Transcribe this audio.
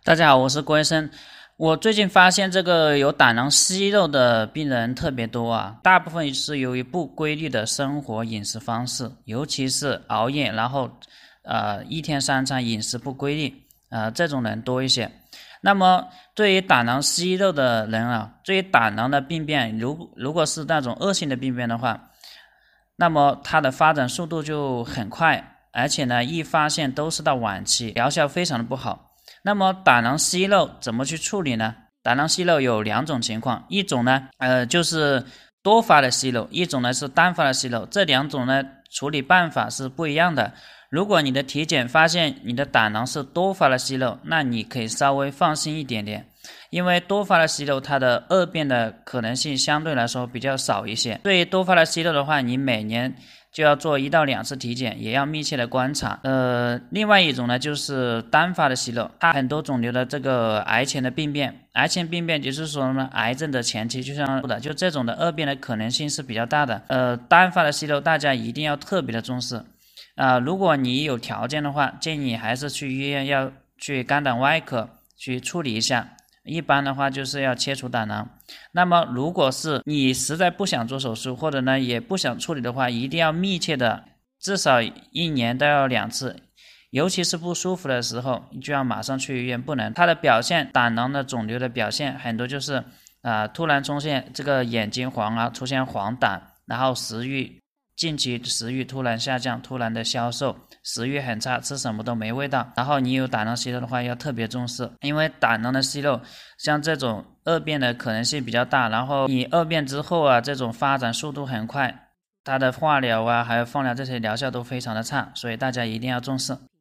大家好，我是郭医生。我最近发现这个有胆囊息肉的病人特别多啊，大部分是由于不规律的生活饮食方式，尤其是熬夜，然后一天三餐饮食不规律，这种人多一些。那么对于胆囊息肉的人啊，对于胆囊的病变，如果是那种恶性的病变的话，那么它的发展速度就很快，而且呢，一发现都是到晚期，疗效非常的不好。那么胆囊息肉怎么去处理呢？胆囊息肉有两种情况，一种呢，就是多发的息肉，一种呢是单发的息肉，这两种呢处理办法是不一样的。如果你的体检发现你的胆囊是多发的息肉，那你可以稍微放心一点点，因为多发的息肉它的恶变的可能性相对来说比较少一些。对于多发的息肉的话，你每年就要做1到2次体检，也要密切的观察。另外一种呢，就是单发的息肉，它很多肿瘤的这个癌前的病变，癌前病变就是说呢，癌症的前期，就像说的，就这种的恶变的可能性是比较大的。单发的息肉大家一定要特别的重视。如果你有条件的话，建议还是去医院要去肝胆外科去处理一下。一般的话就是要切除胆囊。那么如果是你实在不想做手术，或者呢也不想处理的话，一定要密切的，至少1年都要2次。尤其是不舒服的时候，你就要马上去医院，不能它的表现，胆囊的肿瘤的表现很多就是突然出现这个眼睛黄啊，出现黄疸，然后食欲近期食欲突然下降，突然的消瘦，食欲很差，吃什么都没味道。然后你有胆囊息肉的话要特别重视，因为胆囊的息肉像这种恶变的可能性比较大，然后你恶变之后啊，这种发展速度很快，它的化疗啊还有放疗这些疗效都非常的差，所以大家一定要重视。